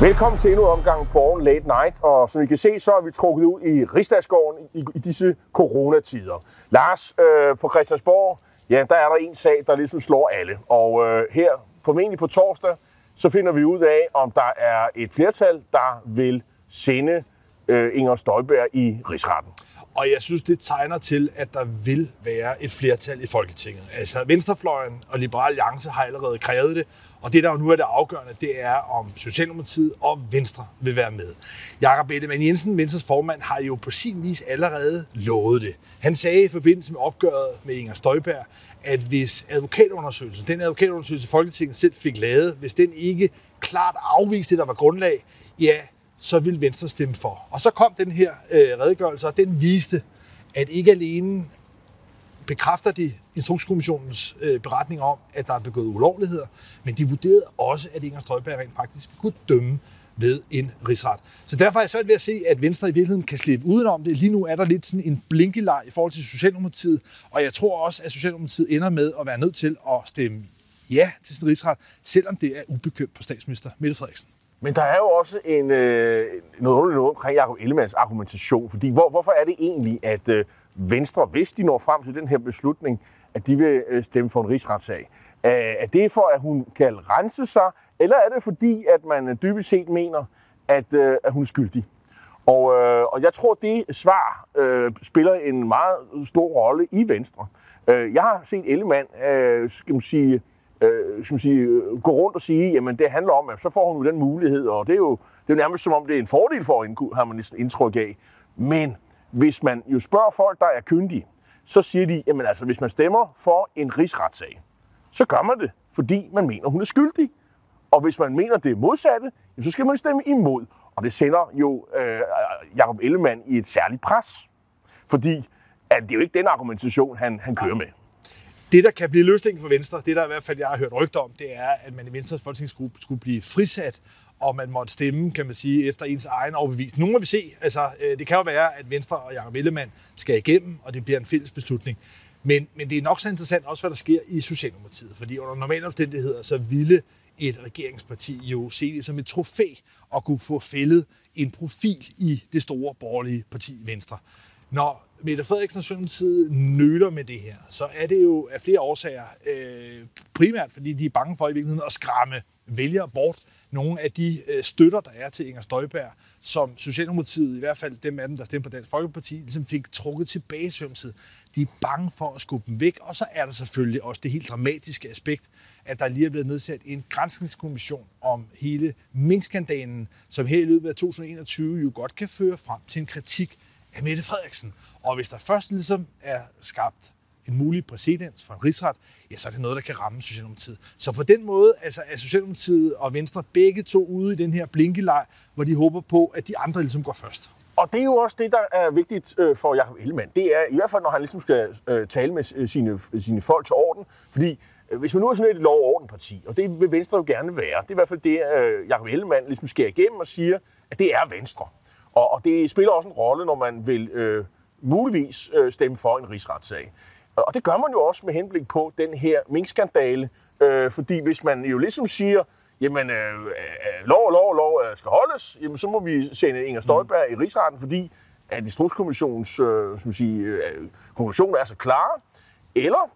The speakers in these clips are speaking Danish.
Velkommen til endnu en omgang Borgen Late Night, og som I kan se, så er vi trukket ud i Rigsdagsgården i disse coronatider. Lars, på Christiansborg, ja, der er der en sag, der ligesom slår alle, og her, formentlig på torsdag, så finder vi ud af, om der er et flertal, der vil sende Inger Støjberg i Rigsretten. Og jeg synes, det tegner til, at der vil være et flertal i Folketinget. Altså Venstrefløjen og Liberal Alliance har allerede krævet det, og det, der jo nu er det afgørende, det er, om Socialdemokratiet og Venstre vil være med. Jakob Ellemann-Jensen, Venstres formand, har jo på sin vis allerede lovet det. Han sagde i forbindelse med opgøret med Inger Støjberg, at hvis den advokatundersøgelse Folketinget selv fik lavet, hvis den ikke klart afviste det, der var grundlag, ja, så vil Venstre stemme for. Og så kom den her redegørelse, og den viste, at ikke alene bekræfter de Instrukskommissionens beretning om, at der er begået ulovligheder, men de vurderede også, at Inger Støjberg rent faktisk kunne dømme ved en rigsret. Så derfor er jeg svært ved at se, at Venstre i virkeligheden kan slippe udenom det. Lige nu er der lidt sådan en blinkeleg i forhold til Socialdemokratiet, og jeg tror også, at Socialdemokratiet ender med at være nødt til at stemme ja til sådan en rigsret, selvom det er ubekvemt for statsminister Mette Frederiksen. Men der er jo også noget omkring Jakob Ellemanns argumentation, fordi hvorfor er det egentlig, at Venstre, hvis de når frem til den her beslutning, at de vil stemme for en rigsretssag? Er det for, at hun kan rense sig, eller er det fordi, at man dybest set mener, at hun er skyldig? Og jeg tror, det svar spiller en meget stor rolle i Venstre. Jeg har set Ellemann, gå rundt og sige, jamen det handler om, at så får hun jo den mulighed, og det er jo nærmest som om det er en fordel for hende, har man næsten indtryk af. Men hvis man jo spørger folk, der er kyndige, så siger de, jamen altså, hvis man stemmer for en rigsretssag, så gør man det, fordi man mener, hun er skyldig. Og hvis man mener det modsatte, så skal man stemme imod. Og det sender jo Jakob Ellemann i et særligt pres, fordi at det er jo ikke den argumentation, han kører med. Det, der kan blive løsningen for Venstre, det der i hvert fald jeg har hørt rygter om, det er, at man i Venstres folketingsgruppe skulle blive frisat, og man måtte stemme, kan man sige, efter ens egen overbevisning. Nu må vi se. Altså, det kan jo være, at Venstre og Jakob Ellemann skal igennem, og det bliver en fælles beslutning. Men det er nok så interessant også, hvad der sker i Socialdemokratiet, fordi under normale omstændigheder, så ville et regeringsparti jo se det som et trofæ at kunne få fældet en profil i det store borgerlige parti Venstre. Når Mette Frederiksen og Socialdemokratiet nøler med det her, så er det jo af flere årsager. Primært fordi de er bange for i virkeligheden at skræmme vælgere bort. Nogle af de støtter, der er til Inger Støjberg, som Socialdemokratiet, i hvert fald dem af dem, der stemte på Dansk Folkeparti, ligesom fik trukket tilbage i Socialdemokratiet. De er bange for at skubbe dem væk, og så er der selvfølgelig også det helt dramatiske aspekt, at der lige er blevet nedsat en granskningskommission om hele minkskandalen, som her i løbet af 2021 jo godt kan føre frem til en kritik af Mette Frederiksen. Og hvis der først ligesom er skabt en mulig præcedens for en rigsret, ja, så er det noget, der kan ramme Socialdemokratiet. Så på den måde altså, er Socialdemokratiet og Venstre begge to ude i den her blinkeleg, hvor de håber på, at de andre ligesom går først. Og det er jo også det, der er vigtigt for Jakob Ellemann. Det er i hvert fald, når han ligesom skal tale med sine folk til orden. Fordi hvis man nu er sådan et lov- og ordenparti, og det vil Venstre jo gerne være, det er i hvert fald det, Jakob Ellemann ligesom skærer igennem og siger, at det er Venstre. Og det spiller også en rolle, når man vil muligvis stemme for en rigsretssag. Og det gør man jo også med henblik på den her minkskandale, fordi hvis man jo ligesom siger, jamen lov skal holdes, jamen så må vi sende Inger Støjberg i rigsretten, fordi at Instrukskommissionens konklusioner er så klare, eller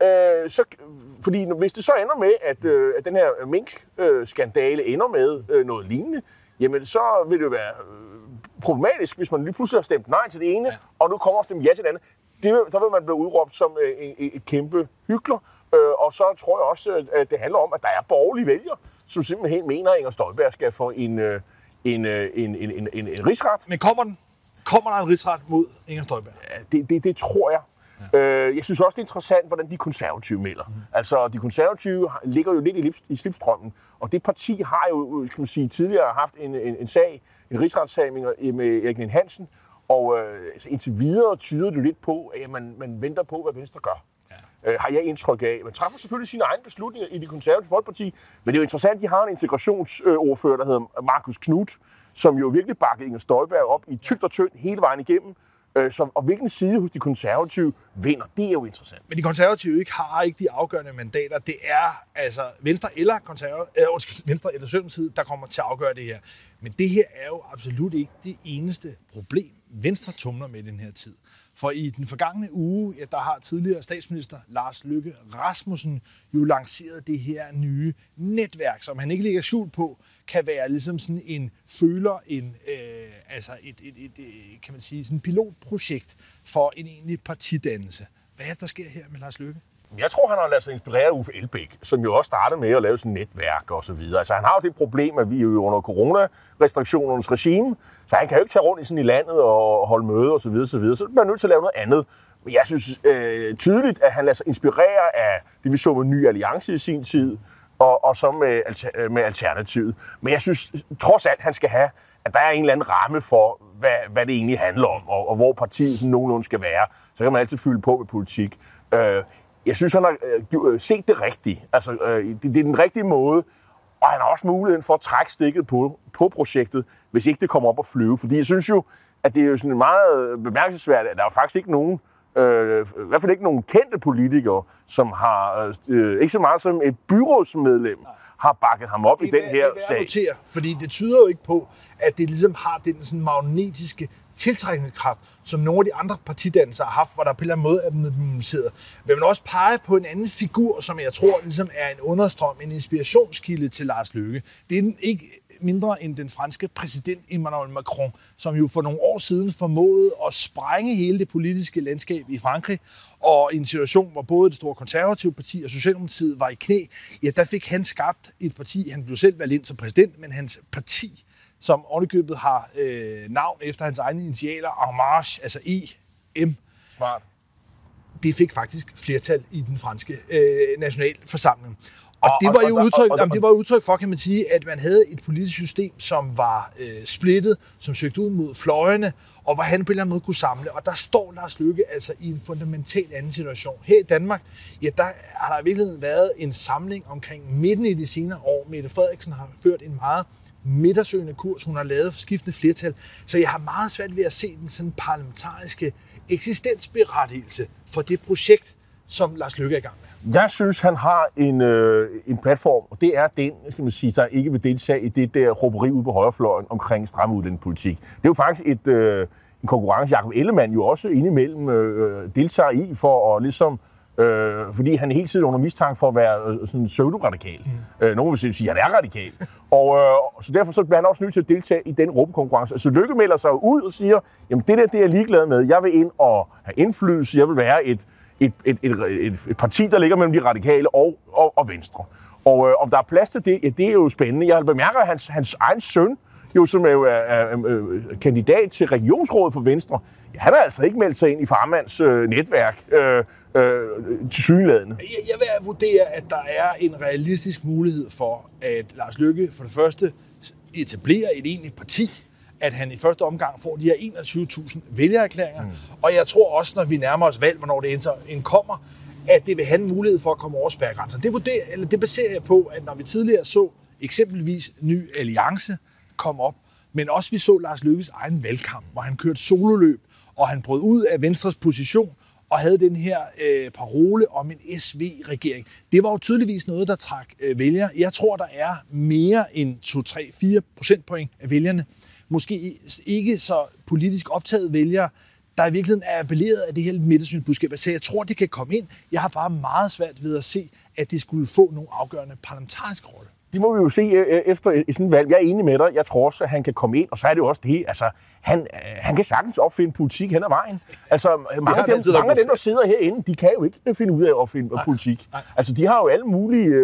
fordi hvis det så ender med, at den her minkskandale ender med noget lignende, jamen så vil det jo være problematisk, hvis man lige pludselig har stemt nej til det ene, og nu kommer og stemt ja til det andet. Der vil man blive udråbt som et kæmpe hykler, og så tror jeg også, at det handler om, at der er borgerlige vælgere, som simpelthen mener, at Inger Støjberg skal få en rigsret. Men kommer der en rigsret mod Inger Støjberg? Ja, det tror jeg. Ja. Jeg synes også, det er interessant, hvordan de konservative melder. Altså, de konservative ligger jo lidt i slipstrømmen, og det parti har jo, kan man sige, tidligere haft en sag, en rigsretssag med Erik Ninn-Hansen, og indtil videre tyder det lidt på, at man venter på, hvad Venstre gør. Ja. Har jeg indtryk af. Man træffer selvfølgelig sine egne beslutninger i det konservative folkeparti, men det er jo interessant, at de har en integrationsordfører, der hedder Marcus Knuth, som jo virkelig bakkede Inger Støjberg op i tykt og tyndt hele vejen igennem, Og hvilken side hos de konservative vinder, det er jo interessant. Men de konservative har ikke de afgørende mandater. Det er altså Venstre eller Venstre eller Socialdemokratiet, der kommer til at afgøre det her. Men det her er jo absolut ikke det eneste problem, Venstre tumler med den her tid. For i den forgangne uge, der har tidligere statsminister Lars Løkke Rasmussen jo lanceret det her nye netværk, som han ikke lægger skjult på, kan være ligesom sådan en kan man sige, sådan et pilotprojekt for en egentlig partidannelse. Hvad er det, der sker her med Lars Løkke? Jeg tror, han har ladet sig inspirere af Uffe Elbæk, som jo også startede med at lave sådan et netværk og så videre. Altså han har jo det problem, at vi er jo under coronarestriktionernes regime, så han kan jo ikke tage rundt i landet og holde møder og så videre, så er man nødt til at lave noget andet. Men jeg synes tydeligt, at han lader sig inspirere af det, vi så med Ny Alliance i sin tid, og så med Alternativet. Men jeg synes trods alt, han skal have, at der er en eller anden ramme for, hvad det egentlig handler om, og hvor partiet sådan nogenlunde skal være. Så kan man altid fylde på med politik. Jeg synes, han har set det rigtigt. Altså, det er den rigtige måde, og han har også muligheden for at trække stikket på projektet, hvis ikke det kommer op at flyve. Fordi jeg synes jo, at det er jo sådan meget bemærkelsesværdigt, at der er jo faktisk ikke nogen, i hvert fald ikke nogen kendte politikere, som har, ikke så meget som et byrådsmedlem, har bakket ham op i den her sag. Notere, fordi det tyder jo ikke på, at det ligesom har den sådan magnetiske tiltrækningskraft, som nogle af de andre partidannelser har haft, hvor der på en eller anden måde er mobiliseret. Men man også pege på en anden figur, som jeg tror ligesom er en understrøm, en inspirationskilde til Lars Løkke. Det er ikke mindre end den franske præsident Emmanuel Macron, som jo for nogle år siden formåede at sprænge hele det politiske landskab i Frankrig, og i en situation, hvor både det store konservative parti og Socialdemokratiet var i knæ, ja, der fik han skabt et parti, han blev selv valgt ind som præsident, men hans parti, som ovenikøbet har navn efter hans egne initialer, En Marche, altså EM. Smart. Det fik faktisk flertal i den franske nationalforsamling. Og det var jo udtryk for, kan man sige, at man havde et politisk system, som var splittet, som søgte ud mod fløjene, og hvor han på en eller anden måde kunne samle. Og der står Lars Løkke altså i en fundamentalt anden situation. Her i Danmark, ja, der har der i virkeligheden været en samling omkring midten i de senere år. Mette Frederiksen har ført en meget midtersøgende kurs. Hun har lavet skiftende flertal. Så jeg har meget svært ved at se den sådan parlamentariske eksistensberettigelse for det projekt, som Lars Løkke er i gang med. Jeg synes, han har en platform, og det er den, skal man sige, der ikke vil deltage i det der råberi ude på højrefløjen omkring stram udlændingepolitik. Det er jo faktisk en konkurrence, Jakob Ellemann jo også indimellem deltager i, for at ligesom, fordi han er hele tiden under mistanke for at være sådan pseudo-radikal. Nogen vil sige, at han er radikal. Så derfor så bliver han også nødt til at deltage i den råbekonkurrence. Altså Løkke melder sig ud og siger, jamen det er jeg ligeglad med. Jeg vil ind og have indflydelse. Jeg vil være et parti, der ligger mellem de radikale og Venstre. Og om der er plads til det, ja, det er jo spændende. Jeg bemærker, at hans egen søn, som er jo kandidat til regionsrådet for Venstre, ja, han har altså ikke meldt sig ind i farmands netværk tilsyneladende. Jeg vil vurdere, at der er en realistisk mulighed for, at Lars Løkke for det første etablerer et egentligt parti, at han i første omgang får de her 21.000 vælgererklæringer. Og jeg tror også, når vi nærmer os valg, hvornår det kommer, at det vil have en mulighed for at komme over spærregrænser. Det baserer jeg på, at når vi tidligere så eksempelvis Ny Alliance komme op, men også vi så Lars Løkkes egen valgkamp, hvor han kørte sololøb, og han brød ud af Venstres position, og havde den her parole om en SV-regering. Det var jo tydeligvis noget, der trak vælgere. Jeg tror, der er mere end 2-3-4 procentpoint af vælgerne, måske ikke så politisk optaget vælgere, der i virkeligheden er appelleret af det her midtersynbudskab. Så jeg tror, det kan komme ind. Jeg har bare meget svært ved at se, at det skulle få nogle afgørende parlamentariske rolle. Det må vi jo se efter sådan et valg. Jeg er enig med dig. Jeg tror også, at han kan komme ind, og så er det jo også det. Altså, han kan sagtens opfinde politik hen ad vejen. Altså, mange af dem, der sidder herinde, de kan jo ikke finde ud af at opfinde politik. Nej. Altså, de har jo alle mulige,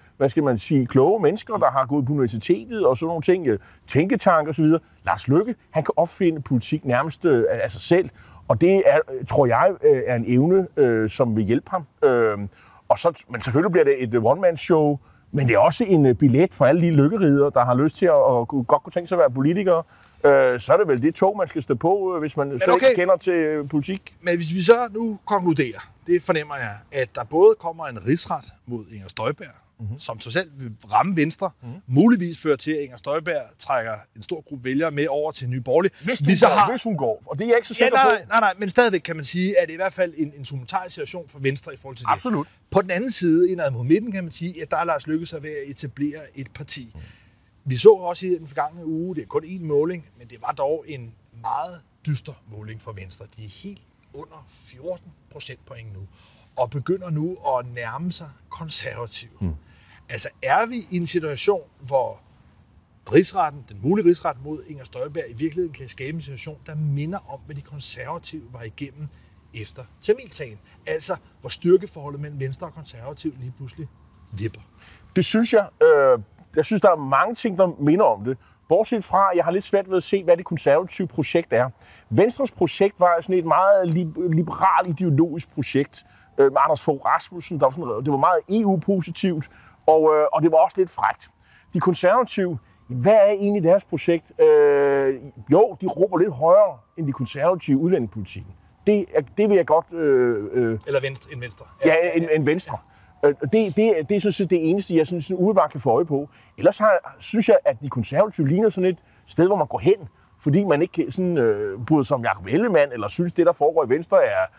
kloge mennesker, der har gået på universitetet og sådan nogle ting, tænketanker og så videre. Lars Løkke, han kan opfinde politik nærmest af sig selv, og det er, tror jeg, er en evne, som vil hjælpe ham. Men selvfølgelig bliver det et one-man-show, men det er også en billet for alle de lykkerider, der har lyst til at godt kunne tænke sig at være politikere. Så er det vel det tog, man skal stå på, hvis man ikke kender til politik. Men hvis vi så nu konkluderer, det fornemmer jeg, at der både kommer en rigsret mod Inger Støjberg som trods alt vil ramme Venstre, muligvis fører til, at Inger Støjberg trækker en stor gruppe vælgere med over til Nye Borgerlige. Hvis hun går, og det er jeg ikke så sikker på. Nej, men stadigvæk kan man sige, at det er i hvert fald en tumultarisk situation for Venstre i forhold til det. Absolut. På den anden side, indad mod midten, kan man sige, at der er Lars Løkke sig ved at etablere et parti. Vi så også i den forgangne uge, det er kun én måling, men det var dog en meget dyster måling for Venstre. De er helt under 14 procentpoint nu, og begynder nu at nærme sig konservative. Altså er vi i en situation, hvor rigsretten, den mulige rigsret mod Inger Støjberg, i virkeligheden kan skabe en situation, der minder om, hvad de konservative var igennem efter Tamilsagen. Altså, hvor styrkeforholdet mellem Venstre og konservative lige pludselig vipper. Det synes jeg. Jeg synes, der er mange ting, der minder om det. Bortset fra, at jeg har lidt svært ved at se, hvad det konservative projekt er. Venstres projekt var sådan et meget liberalt ideologisk projekt med Anders Fogh Rasmussen. Det var meget EU-positivt, og det var også lidt frækt. De konservative, hvad er egentlig deres projekt? Jo, de råber lidt højere end de konservative udlændingepolitikken. Det vil jeg godt... Eller en Venstre. Ja, en Venstre. Det er sådan set det eneste, jeg sådan umiddelbart kan få øje på. Ellers synes jeg, at de konservative ligner sådan et sted, hvor man går hen, fordi man ikke sådan, bryder sig om Jakob Ellemann, eller synes, det, der foregår i Venstre,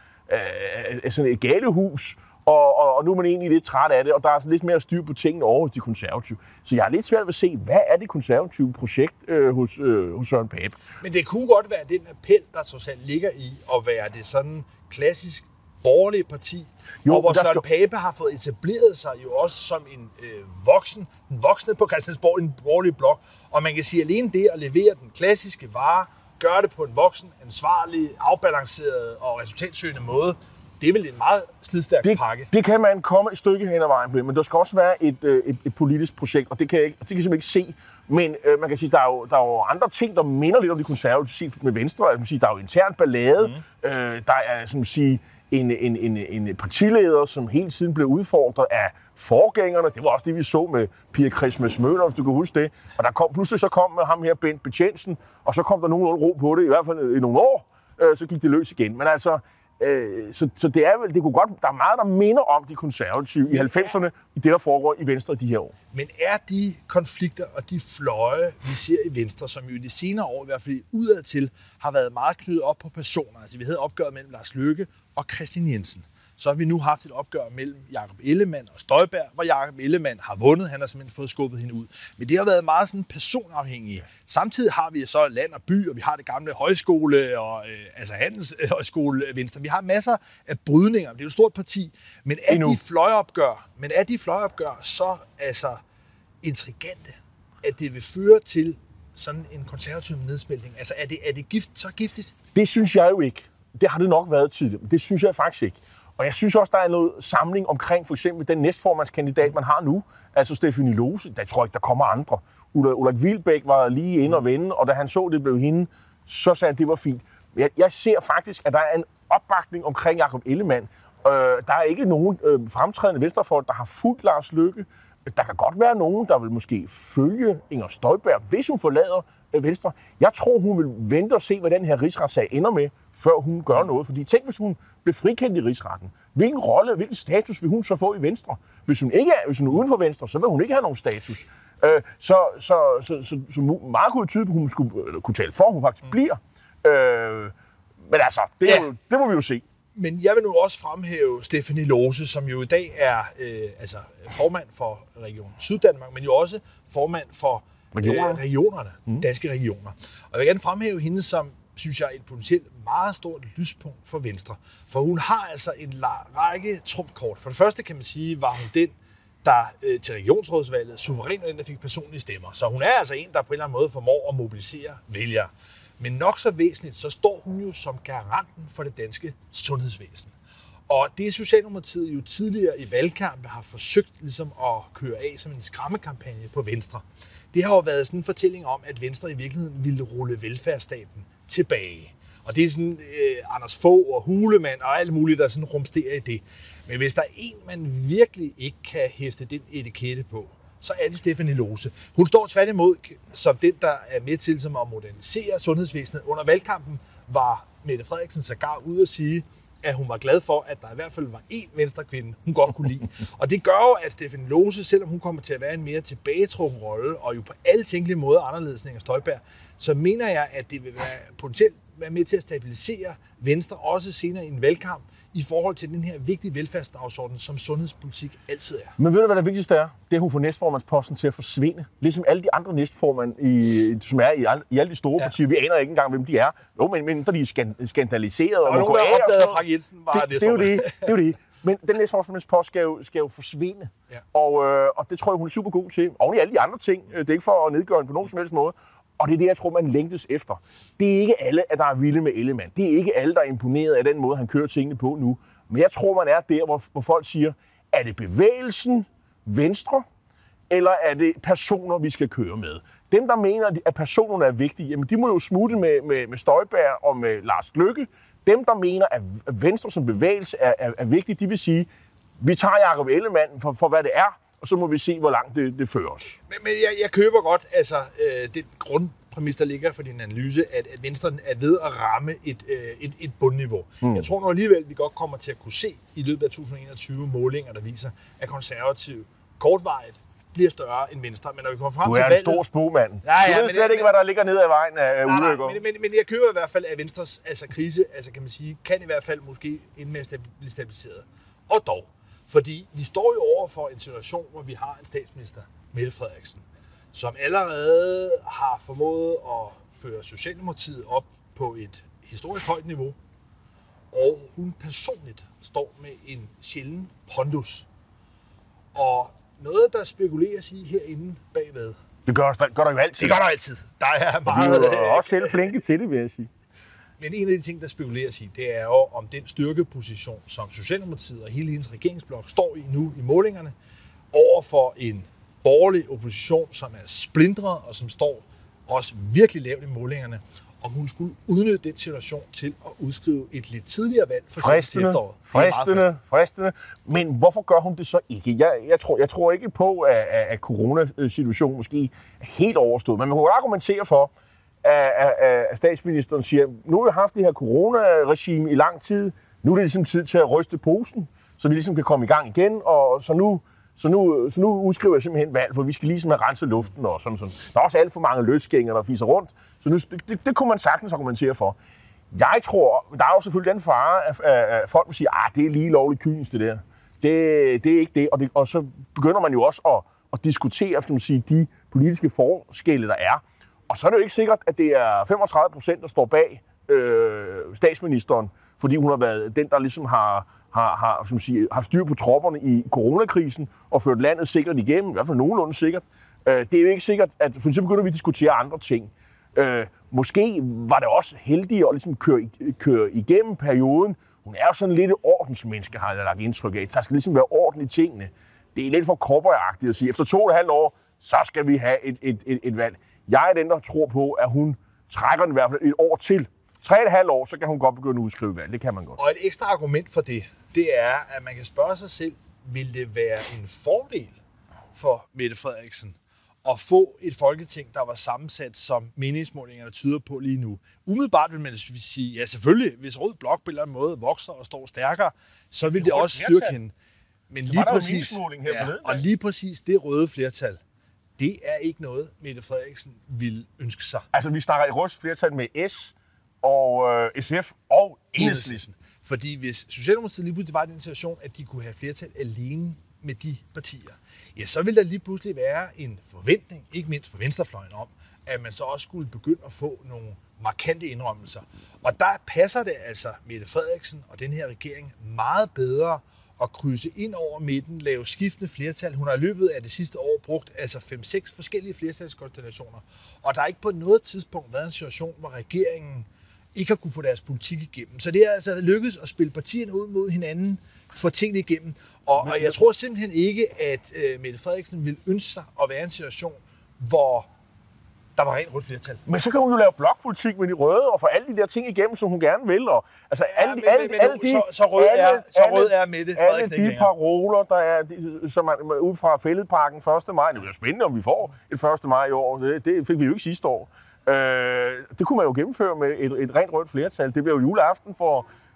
er sådan et galehus, og nu er man egentlig lidt træt af det, og der er sådan lidt mere styr på tingene over hos de konservative. Så jeg har lidt svært ved at se, hvad er det konservative projekt hos Søren Pape? Men det kunne godt være den appel, der trods alt ligger i at være det sådan klassisk borgerlige parti, jo, og hvor Søren Pape har fået etableret sig jo også som en voksne på Christiansborg, en borgerlig blok. Og man kan sige, alene det at levere den klassiske vare, gøre det på en voksen, ansvarlig, afbalanceret og resultatsøgende måde, det er vel en meget slidstærk pakke. Det kan man komme et stykke hen ad vejen på, men der skal også være et politisk projekt, og det kan jeg simpelthen ikke se. Men man kan sige, der er jo andre ting, der minder lidt om de konservative med Venstre. Altså, man siger, der er jo intern ballade. Der er som sige, en partileder, som hele tiden blev udfordret af forgængerne. Det var også det, vi så med Pia Christmas Møller, hvis du kan huske det. Og der pludselig kom ham her, Bent Betjensen, og så kom der nogen ro på det, i hvert fald i nogle år, så gik det løs igen. Men altså, så det er vel, det kunne godt, der er meget, der minder om de konservative i 90'erne, i det, der foregår i Venstre de her år. Men er de konflikter og de fløje, vi ser i Venstre, som jo i de senere år, i hvert fald udadtil, har været meget knyttet op på personer. Altså vi havde opgøret mellem Lars Løkke og Christian Jensen. Så har vi nu haft et opgør mellem Jakob Ellemann og Støjberg, hvor Jakob Ellemann har vundet. Han har simpelthen fået skubbet hende ud. Men det har været meget sådan personafhængige. Samtidig har vi så land og by, og vi har det gamle højskole og altså handelshøjskole Venstre. Vi har masser af brydninger. Det er jo et stort parti. Men er de fløjeopgør så altså intrigante, at det vil føre til sådan en konservativ nedsmeltning? Altså er det så giftigt? Det synes jeg jo ikke. Det har det nok været tidligere, men det synes jeg faktisk ikke. Og jeg synes også, der er noget samling omkring for eksempel den næstformandskandidat, man har nu, altså Stephanie Lose. Der tror jeg ikke, der kommer andre. Ulrik Wilbæk var lige inde og vende, og da han så, det blev hende, så sagde han, det var fint. Jeg ser faktisk, at der er en opbakning omkring Jakob Ellemann. Der er ikke nogen fremtrædende venstrefolk, der har fulgt Lars Løkke. Der kan godt være nogen, der vil måske følge Inger Støjberg, hvis hun forlader Venstre. Jeg tror, hun vil vente og se, hvad den her rigsretssag ender med, før hun gør noget. Fordi tænk, hvis hun bliver frikendt i rigsretten. Hvilken rolle, hvilken status vil hun så få i Venstre? Hvis hun er uden for Venstre, så vil hun ikke have nogen status. Så meget kunne tyde på, at hun skulle kunne tale for, at hun faktisk bliver. Men altså, det må vi jo se. Men jeg vil nu også fremhæve Stephanie Lose, som jo i dag er formand for Region Syddanmark, men jo også formand for regionerne, danske regioner. Og jeg vil gerne fremhæve hende som, synes jeg, et potentielt meget stort lyspunkt for Venstre. For hun har altså en række trumfkort. For det første kan man sige, var hun den, der til regionsrådsvalget suverænt den, der fik personlige stemmer. Så hun er altså en, der på en eller anden måde formår at mobilisere vælgere. Men nok så væsentligt, så står hun jo som garanten for det danske sundhedsvæsen. Og det Socialdemokratiet jo tidligere i valgkampe har forsøgt ligesom at køre af som en skræmmekampagne på Venstre. Det har jo været sådan en fortælling om, at Venstre i virkeligheden ville rulle velfærdsstaten tilbage. Og det er sådan Anders Fogh og Hulemand og alt muligt, der sådan rumsterer i det. Men hvis der er en, man virkelig ikke kan hæfte den etikette på, så er det Stephanie Lose. Hun står tværtimod som den, der er med til som at modernisere sundhedsvæsenet. Under valgkampen var Mette Frederiksen sågar ude at sige, at hun var glad for, at der i hvert fald var én venstrekvinde, hun godt kunne lide. Og det gør jo, at Stephanie Lose, selvom hun kommer til at være en mere tilbagetrukken rolle, og jo på alle tænkelige måder anderledes end Inger Støjberg, så mener jeg, at det vil potentielt være med til at stabilisere Venstre, også senere i en valgkamp, i forhold til den her vigtige velfærdsdagsorden, som sundhedspolitik altid er. Men ved du, hvad det vigtigste er? Det er, at hun får næstformandsposten til at forsvinde. Ligesom alle de andre næstformand, som er i alle de store partier. Vi aner ikke engang, hvem de er. Jo, men de er skandaliseret. Og nogen, der opdagede, at Frank Jensen var næstformand. Det er jo det. Men den næstformandspost skal jo forsvinde. Ja. Og det tror jeg, hun er super god til. Oven i alle de andre ting. Det er ikke for at nedgøre hende på nogen som helst måde. Og det er det, jeg tror, man længtes efter. Det er ikke alle, der er vilde med Ellemann. Det er ikke alle, der er imponeret af den måde, han kører tingene på nu. Men jeg tror, man er der, hvor folk siger, er det bevægelsen Venstre, eller er det personer, vi skal køre med? Dem, der mener, at personerne er vigtige, jamen, de må jo smutte med Støjberg og med Lars Løkke. Dem, der mener, at Venstre som bevægelse er vigtig, de vil sige, vi tager Jakob Ellemann for hvad det er, og så må vi se, hvor langt det fører os. Men jeg køber godt det grundpræmis, der ligger for din analyse, at Venstre er ved at ramme et bundniveau. Jeg tror nu alligevel, vi godt kommer til at kunne se i løbet af 2021 målinger, der viser, at konservativ kortvarigt bliver større end Venstre. Men når vi kommer frem til valget... Du er en stor spåmand. Du ved slet ikke, hvad der ligger nede ad vejen af ulykker. Men jeg køber i hvert fald, at Venstres krise, kan man sige, kan i hvert fald måske ende med at blive stabiliseret. Og dog. Fordi vi står jo over for en situation, hvor vi har en statsminister, Mette Frederiksen, som allerede har formået at føre Socialdemokratiet op på et historisk højt niveau, og hun personligt står med en sjælden pondus. Og noget, der spekuleres i herinde bagved. Det gør der jo altid. Det gør der altid. Der er meget... Vi er også selv flinke til det, vil jeg sige. Men en af de ting, der spekuleres i, det er jo om den styrkeposition, som Socialdemokratiet og hele hendes regeringsblok står i nu i målingerne, over for en borgerlig opposition, som er splintret og som står også virkelig lavt i målingerne, om hun skulle udnytte den situation til at udskrive et lidt tidligere valg, for eksempel til efteråret. Fristende. Men hvorfor gør hun det så ikke? Jeg tror ikke på, at coronasituationen måske er helt overstået, men man kan argumentere for, at statsministeren siger, nu har vi haft det her coronaregime i lang tid, nu er det ligesom tid til at ryste posen, så vi ligesom kan komme i gang igen, og så nu udskriver jeg simpelthen valg, for vi skal ligesom have renset luften og sådan. Der er også alt for mange løsgængere, der fiser rundt, så nu, det kunne man sagtens argumentere for. Jeg tror, der er jo selvfølgelig den fare, at folk vil sige, det er lige lovligt kynisk det der. Det er ikke det, og så begynder man jo også at diskutere, skal man sige, de politiske forskelle, der er. Og så er det jo ikke sikkert, at det er 35%, der står bag statsministeren, fordi hun har været den, der ligesom har styr på tropperne i coronakrisen og ført landet sikkert igennem, i hvert fald nogenlunde sikkert. Det er jo ikke sikkert, at for eksempel begynder vi at diskutere andre ting. Måske var det også heldigt at ligesom køre igennem perioden. Hun er jo sådan lidt et ordensmenneske, har jeg lagt indtryk af. Der skal ligesom være orden i tingene. Det er lidt for cowboyagtigt at sige, efter 2,5 år, så skal vi have et valg. Jeg er den, der tror på, at hun trækker den i hvert fald et år til. 3,5 år, så kan hun godt begynde at udskrive valg. Det kan man godt. Og et ekstra argument for det er, at man kan spørge sig selv, vil det være en fordel for Mette Frederiksen at få et folketing, der var sammensat, som meningsmålingerne tyder på lige nu? Umiddelbart vil man sige, ja selvfølgelig, hvis Rød Blok på en eller anden måde vokser og står stærkere, så vil det også styrke hende. Men lige præcis det røde flertal, det er ikke noget, Mette Frederiksen vil ønske sig. Altså, vi snakker i rødt flertal med S og SF og Enhedslisten. Fordi hvis Socialdemokratiet lige pludselig var i den situation, at de kunne have flertal alene med de partier, ja, så vil der lige pludselig være en forventning, ikke mindst på venstrefløjen, om, at man så også skulle begynde at få nogle markante indrømmelser. Og der passer det altså Mette Frederiksen og den her regering meget bedre at krydse ind over midten, lave skiftende flertal. Hun har i løbet af det sidste år brugt 5-6 forskellige flertalskonstellationer. Og der har ikke på noget tidspunkt været en situation, hvor regeringen ikke har kunne få deres politik igennem. Så det er altså lykkedes at spille partierne ud mod hinanden, få tingene igennem. Og jeg tror simpelthen ikke, at Mette Frederiksen vil ønske sig at være i en situation, hvor der var rent rødt flertal. Men så kan hun jo lave blokpolitik med de røde og få alle de der ting igennem, som hun gerne vil. Og, altså, så rød er Mette Frederiksen ikke længere. Alle de paroler, der er, som er ude fra Fælledparken 1. maj. Det bliver spændende, om vi får et 1. maj i år. Det fik vi jo ikke sidste år. Det kunne man jo gennemføre med et rent rødt flertal. Det bliver jo juleaften for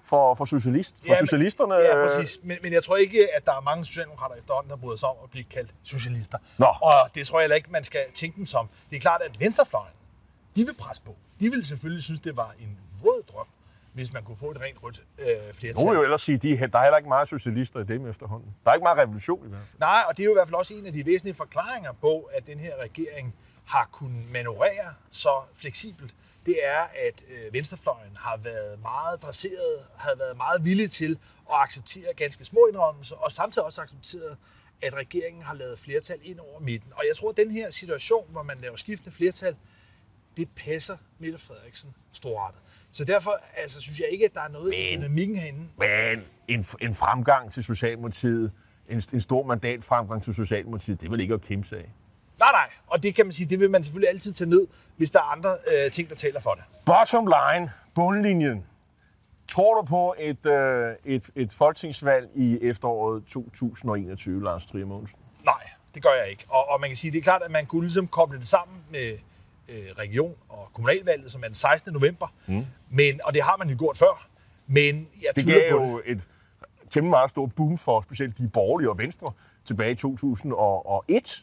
for socialisterne. Ja, præcis. Men jeg tror ikke, at der er mange socialdemokrater efterhånden, der bryder sig om at blive kaldt socialister. Nå. Og det tror jeg heller ikke, man skal tænke dem som. Det er klart, at venstrefløjen, de vil presse på. De vil selvfølgelig synes, det var en våd drøm, hvis man kunne få et rent rødt flertal. Nu vil jo ellers sige, der er heller ikke meget socialister i dem efterhånden. Der er ikke meget revolution i hvert fald. Nej, og det er jo i hvert fald også en af de væsentlige forklaringer på, at den her regering har kunnet manøvrere så fleksibelt. Det er, at venstrefløjen har været meget dresseret, har været meget villig til at acceptere ganske små indrømmelser, og samtidig også accepteret, at regeringen har lavet flertal ind over midten. Og jeg tror, at den her situation, hvor man laver skiftende flertal, det passer Mette Frederiksen storartet. Så derfor synes jeg ikke, at der er noget i dynamikken herinde. Men en fremgang til Socialdemokratiet, en stor mandatfremgang til Socialdemokratiet, det er vel ikke at kæmpe sig af? Nej, og det kan man sige, det vil man selvfølgelig altid tage ned, hvis der er andre ting, der taler for det. Bottom line, bundlinjen. Tror du på et folketingsvalg i efteråret 2021, Lars Trier Mogensen? Nej, det gør jeg ikke. Og man kan sige, det er klart, at man kunne ligesom koble det sammen med region- og kommunalvalget, som er den 16. november. Og det har man jo gjort før. Men jeg tvivler på det. Det gav jo et temmelig meget stort boom for specielt de borgerlige og venstre tilbage i 2001.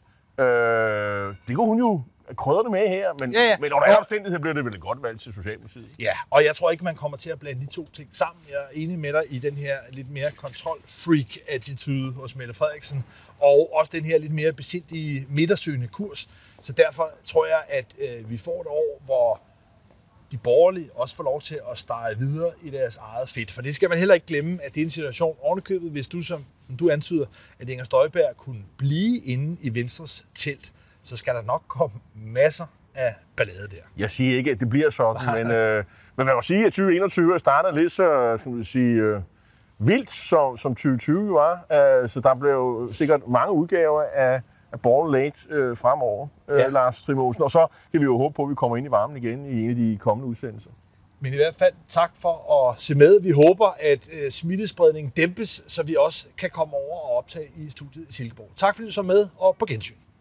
Det kunne hun jo krydre det med her, men under alle omstændigheder bliver det vel et godt valg til Socialdemokratiet. Ja, og jeg tror ikke, man kommer til at blande de to ting sammen. Jeg er enig med dig i den her lidt mere kontrol-freak-attitude hos Mette Frederiksen, og også den her lidt mere besindige midtersøgende kurs. Så derfor tror jeg, at vi får et år, hvor de borgerlige også får lov til at stege videre i deres eget fedt. For det skal man heller ikke glemme, at det er en situation ovenikøbet, hvis du, som du antyder, at Inger Støjberg kunne blive inde i Venstres telt, så skal der nok komme masser af ballade der. Jeg siger ikke, at det bliver sådan, men man må sige, at 2021 starter lidt så, skal vi sige, vildt, som 2020 var. Så der blev sikkert mange udgaver af Born Late fremover, Lars Trier Mogensen. Og så kan vi jo håbe på, at vi kommer ind i varmen igen i en af de kommende udsendelser. Men i hvert fald tak for at se med. Vi håber, at smittespredningen dæmpes, så vi også kan komme over og optage i studiet i Silkeborg. Tak fordi du så med, og på gensyn.